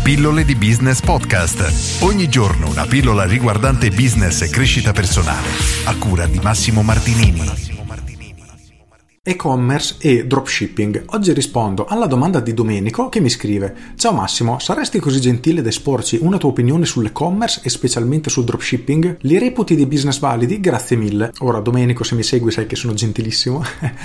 Pillole di Business Podcast. Ogni giorno una pillola riguardante business e crescita personale. A cura di Massimo Martinini. E-commerce e dropshipping. Oggi rispondo alla domanda di Domenico che mi scrive: ciao Massimo, saresti così gentile da esporci una tua opinione sull'e-commerce e specialmente sul dropshipping? Li reputi dei business validi? Grazie mille. Ora Domenico, se mi segui sai che sono gentilissimo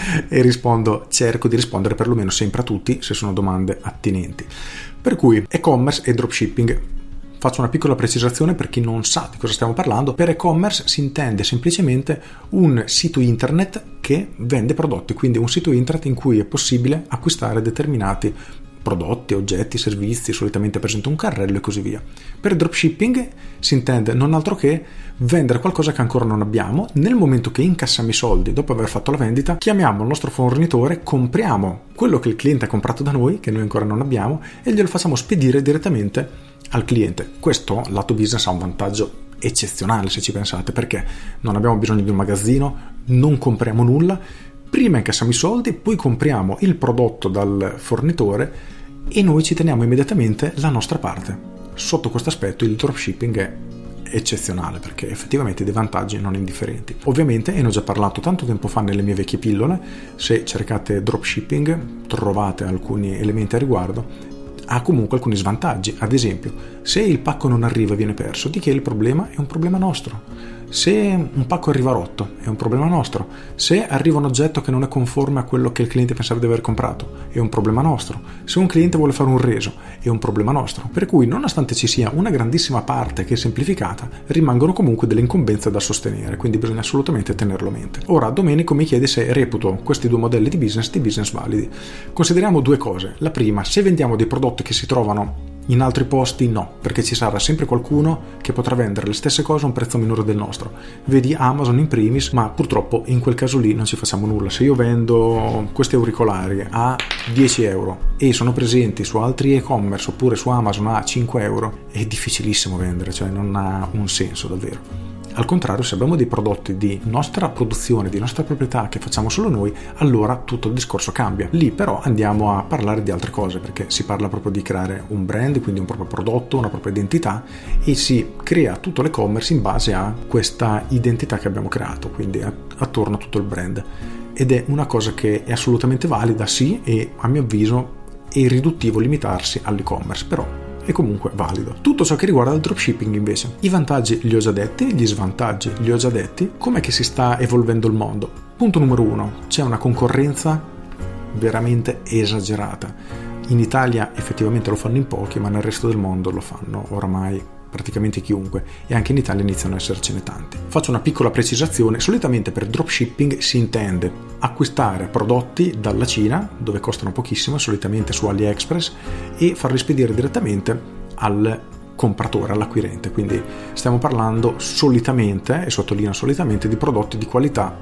e cerco di rispondere perlomeno sempre a tutti se sono domande attinenti. Per cui e-commerce e dropshipping. Faccio una piccola precisazione per chi non sa di cosa stiamo parlando. Per e-commerce si intende semplicemente un sito internet che vende prodotti, quindi un sito internet in cui è possibile acquistare determinati prodotti, oggetti, servizi, solitamente presenta un carrello e così via. Per dropshipping si intende non altro che vendere qualcosa che ancora non abbiamo. Nel momento che incassiamo i soldi dopo aver fatto la vendita, chiamiamo il nostro fornitore, compriamo quello che il cliente ha comprato da noi, che noi ancora non abbiamo, e glielo facciamo spedire direttamente al cliente. Questo lato business ha un vantaggio eccezionale se ci pensate, perché non abbiamo bisogno di un magazzino, non compriamo nulla, prima incassiamo i soldi, poi compriamo il prodotto dal fornitore e noi ci teniamo immediatamente la nostra parte. Sotto questo aspetto il dropshipping è eccezionale perché effettivamente ha dei vantaggi non indifferenti. Ovviamente, e ne ho già parlato tanto tempo fa nelle mie vecchie pillole, se cercate dropshipping trovate alcuni elementi a riguardo. Ha comunque alcuni svantaggi. Ad esempio, se il pacco non arriva e viene perso, di chi è il problema? È un problema nostro. Se un pacco arriva rotto, è un problema nostro. Se arriva un oggetto che non è conforme a quello che il cliente pensava di aver comprato, è un problema nostro. Se un cliente vuole fare un reso, è un problema nostro. Per cui, nonostante ci sia una grandissima parte che è semplificata, rimangono comunque delle incombenze da sostenere, quindi bisogna assolutamente tenerlo a mente. Ora, Domenico mi chiede se reputo questi due modelli di business validi. Consideriamo due cose. La prima, se vendiamo dei prodotti che si trovano in altri posti, no, perché ci sarà sempre qualcuno che potrà vendere le stesse cose a un prezzo minore del nostro. Vedi Amazon in primis, ma purtroppo in quel caso lì non ci facciamo nulla. Se io vendo questi auricolari a 10 euro e sono presenti su altri e-commerce oppure su Amazon a 5 euro, è difficilissimo vendere, cioè non ha un senso davvero. Al contrario, se abbiamo dei prodotti di nostra produzione, di nostra proprietà che facciamo solo noi, allora tutto il discorso cambia. Lì però andiamo a parlare di altre cose, perché si parla proprio di creare un brand, quindi un proprio prodotto, una propria identità, e si crea tutto l'e-commerce in base a questa identità che abbiamo creato, quindi attorno a tutto il brand. Ed è una cosa che è assolutamente valida, sì, e a mio avviso è irriduttivo limitarsi all'e-commerce, però è comunque valido. Tutto ciò che riguarda il dropshipping invece, i vantaggi li ho già detti, gli svantaggi li ho già detti. Com'è che si sta evolvendo il mondo? Punto numero 1, c'è una concorrenza veramente esagerata. In Italia effettivamente lo fanno in pochi, ma nel resto del mondo lo fanno oramai praticamente chiunque, e anche in Italia iniziano a essercene tanti. Faccio una piccola precisazione: solitamente per dropshipping si intende acquistare prodotti dalla Cina, dove costano pochissimo, solitamente su AliExpress, e farli spedire direttamente al compratore, all'acquirente. Quindi stiamo parlando solitamente, e sottolineo solitamente, di prodotti di qualità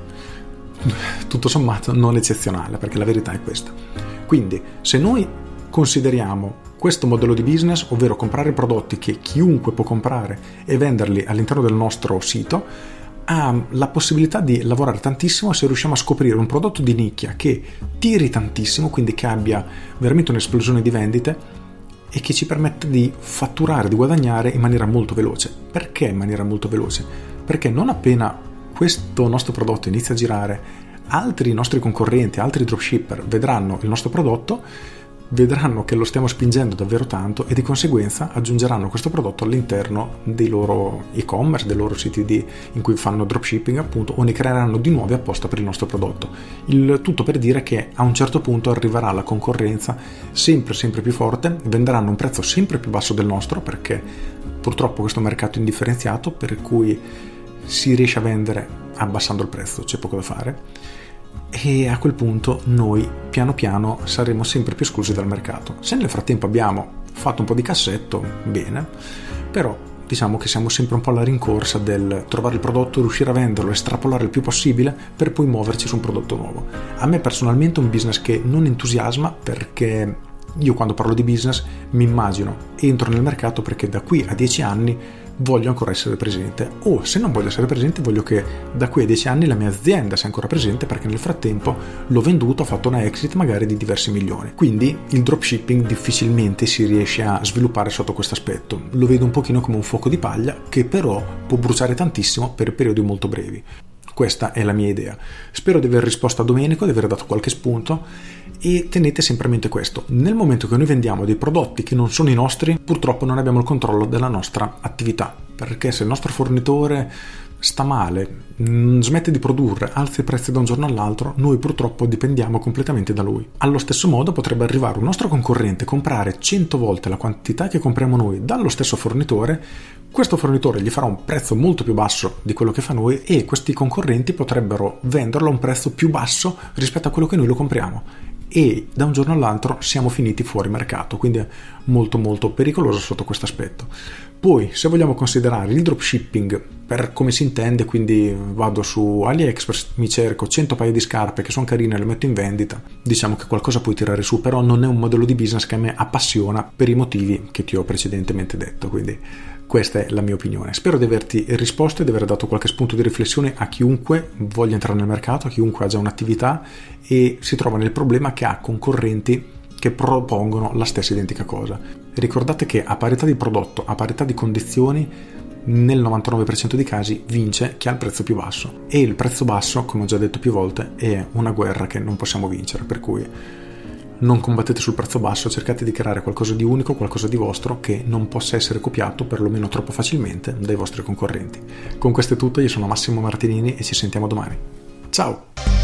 tutto sommato non eccezionale, perché la verità è questa. Quindi se noi consideriamo questo modello di business, ovvero comprare prodotti che chiunque può comprare e venderli all'interno del nostro sito, ha la possibilità di lavorare tantissimo se riusciamo a scoprire un prodotto di nicchia che tiri tantissimo, quindi che abbia veramente un'esplosione di vendite e che ci permetta di fatturare, di guadagnare in maniera molto veloce. Perché in maniera molto veloce? Perché non appena questo nostro prodotto inizia a girare, altri nostri concorrenti, altri dropshipper vedranno il nostro prodotto, vedranno che lo stiamo spingendo davvero tanto e di conseguenza aggiungeranno questo prodotto all'interno dei loro e-commerce, dei loro siti in cui fanno dropshipping appunto, o ne creeranno di nuovi apposta per il nostro prodotto. Il tutto per dire che a un certo punto arriverà la concorrenza sempre più forte, venderanno a un prezzo sempre più basso del nostro, perché purtroppo questo mercato è indifferenziato, per cui si riesce a vendere abbassando il prezzo, c'è poco da fare. E a quel punto noi piano piano saremo sempre più esclusi dal mercato. Se nel frattempo abbiamo fatto un po' di cassetto, bene, però diciamo che siamo sempre un po' alla rincorsa del trovare il prodotto, riuscire a venderlo, estrapolare il più possibile per poi muoverci su un prodotto nuovo. A me personalmente è un business che non entusiasma, perché io quando parlo di business mi immagino, entro nel mercato perché da qui a 10 anni voglio ancora essere presente, o se non voglio essere presente voglio che da qui a 10 anni la mia azienda sia ancora presente, perché nel frattempo l'ho venduto, ho fatto una exit magari di diversi milioni. Quindi il dropshipping difficilmente si riesce a sviluppare sotto questo aspetto, lo vedo un pochino come un fuoco di paglia che però può bruciare tantissimo per periodi molto brevi. Questa è la mia idea. Spero di aver risposto a Domenico, di aver dato qualche spunto, e tenete sempre a mente questo: nel momento che noi vendiamo dei prodotti che non sono i nostri, purtroppo non abbiamo il controllo della nostra attività, perché se il nostro fornitore sta male, smette di produrre, alza i prezzi da un giorno all'altro, noi purtroppo dipendiamo completamente da lui. Allo stesso modo potrebbe arrivare un nostro concorrente, comprare 100 volte la quantità che compriamo noi dallo stesso fornitore, questo fornitore gli farà un prezzo molto più basso di quello che fa noi e questi concorrenti potrebbero venderlo a un prezzo più basso rispetto a quello che noi lo compriamo, e da un giorno all'altro siamo finiti fuori mercato, quindi è molto molto pericoloso sotto questo aspetto. Poi, se vogliamo considerare il dropshipping per come si intende, quindi vado su AliExpress, mi cerco 100 paia di scarpe che sono carine e le metto in vendita, diciamo che qualcosa puoi tirare su, però non è un modello di business che a me appassiona per i motivi che ti ho precedentemente detto, quindi questa è la mia opinione. Spero di averti risposto e di aver dato qualche spunto di riflessione a chiunque voglia entrare nel mercato, a chiunque ha già un'attività e si trova nel problema che ha concorrenti che propongono la stessa identica cosa. Ricordate che a parità di prodotto, a parità di condizioni, nel 99% dei casi vince chi ha il prezzo più basso, e il prezzo basso, come ho già detto più volte, è una guerra che non possiamo vincere, per cui non combattete sul prezzo basso, cercate di creare qualcosa di unico, qualcosa di vostro che non possa essere copiato perlomeno troppo facilmente dai vostri concorrenti. Con questo è tutto, io sono Massimo Martinini e ci sentiamo domani. Ciao!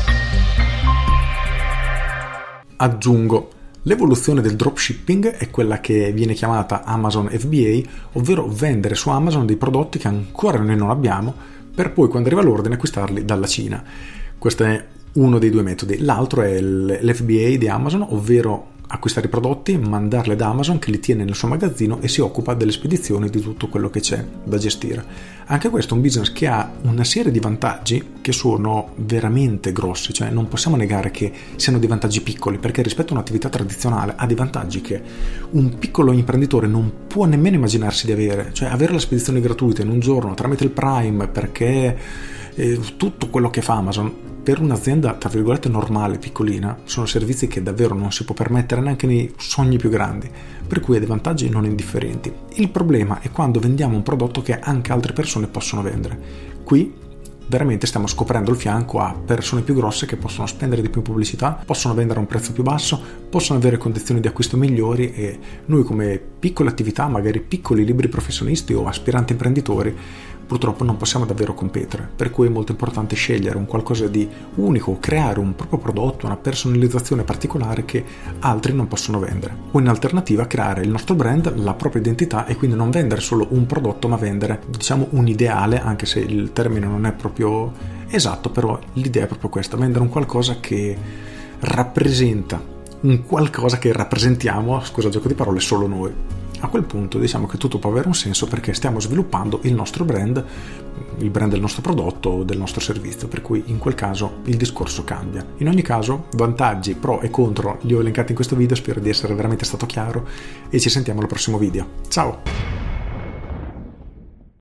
Aggiungo: l'evoluzione del dropshipping è quella che viene chiamata Amazon FBA, ovvero vendere su Amazon dei prodotti che ancora noi non abbiamo, per poi, quando arriva l'ordine, acquistarli dalla Cina. Questo è uno dei due metodi. L'altro è l'FBA di Amazon, ovvero acquistare i prodotti, mandarli da Amazon che li tiene nel suo magazzino e si occupa delle spedizioni, di tutto quello che c'è da gestire. Anche questo è un business che ha una serie di vantaggi che sono veramente grossi, cioè non possiamo negare che siano dei vantaggi piccoli, perché rispetto a un'attività tradizionale ha dei vantaggi che un piccolo imprenditore non può nemmeno immaginarsi di avere, cioè avere la spedizione gratuita in un giorno tramite il Prime, perché tutto quello che fa Amazon per un'azienda tra virgolette normale, piccolina, sono servizi che davvero non si può permettere neanche nei sogni più grandi, per cui ha dei vantaggi non indifferenti. Il problema è quando vendiamo un prodotto che anche altre persone possono vendere. Qui veramente stiamo scoprendo il fianco a persone più grosse che possono spendere di più in pubblicità, possono vendere a un prezzo più basso, possono avere condizioni di acquisto migliori, e noi come piccole attività, magari piccoli liberi professionisti o aspiranti imprenditori, purtroppo non possiamo davvero competere, per cui è molto importante scegliere un qualcosa di unico, creare un proprio prodotto, una personalizzazione particolare che altri non possono vendere, o in alternativa creare il nostro brand, la propria identità, e quindi non vendere solo un prodotto ma vendere, diciamo, un ideale, anche se il termine non è proprio esatto, però l'idea è proprio questa: vendere un qualcosa che rappresenta un qualcosa che rappresentiamo, scusa gioco di parole, solo noi. A quel punto diciamo che tutto può avere un senso, perché stiamo sviluppando il nostro brand, il brand del nostro prodotto o del nostro servizio, per cui in quel caso il discorso cambia. In ogni caso, vantaggi, pro e contro li ho elencati in questo video, spero di essere veramente stato chiaro e ci sentiamo al prossimo video. Ciao!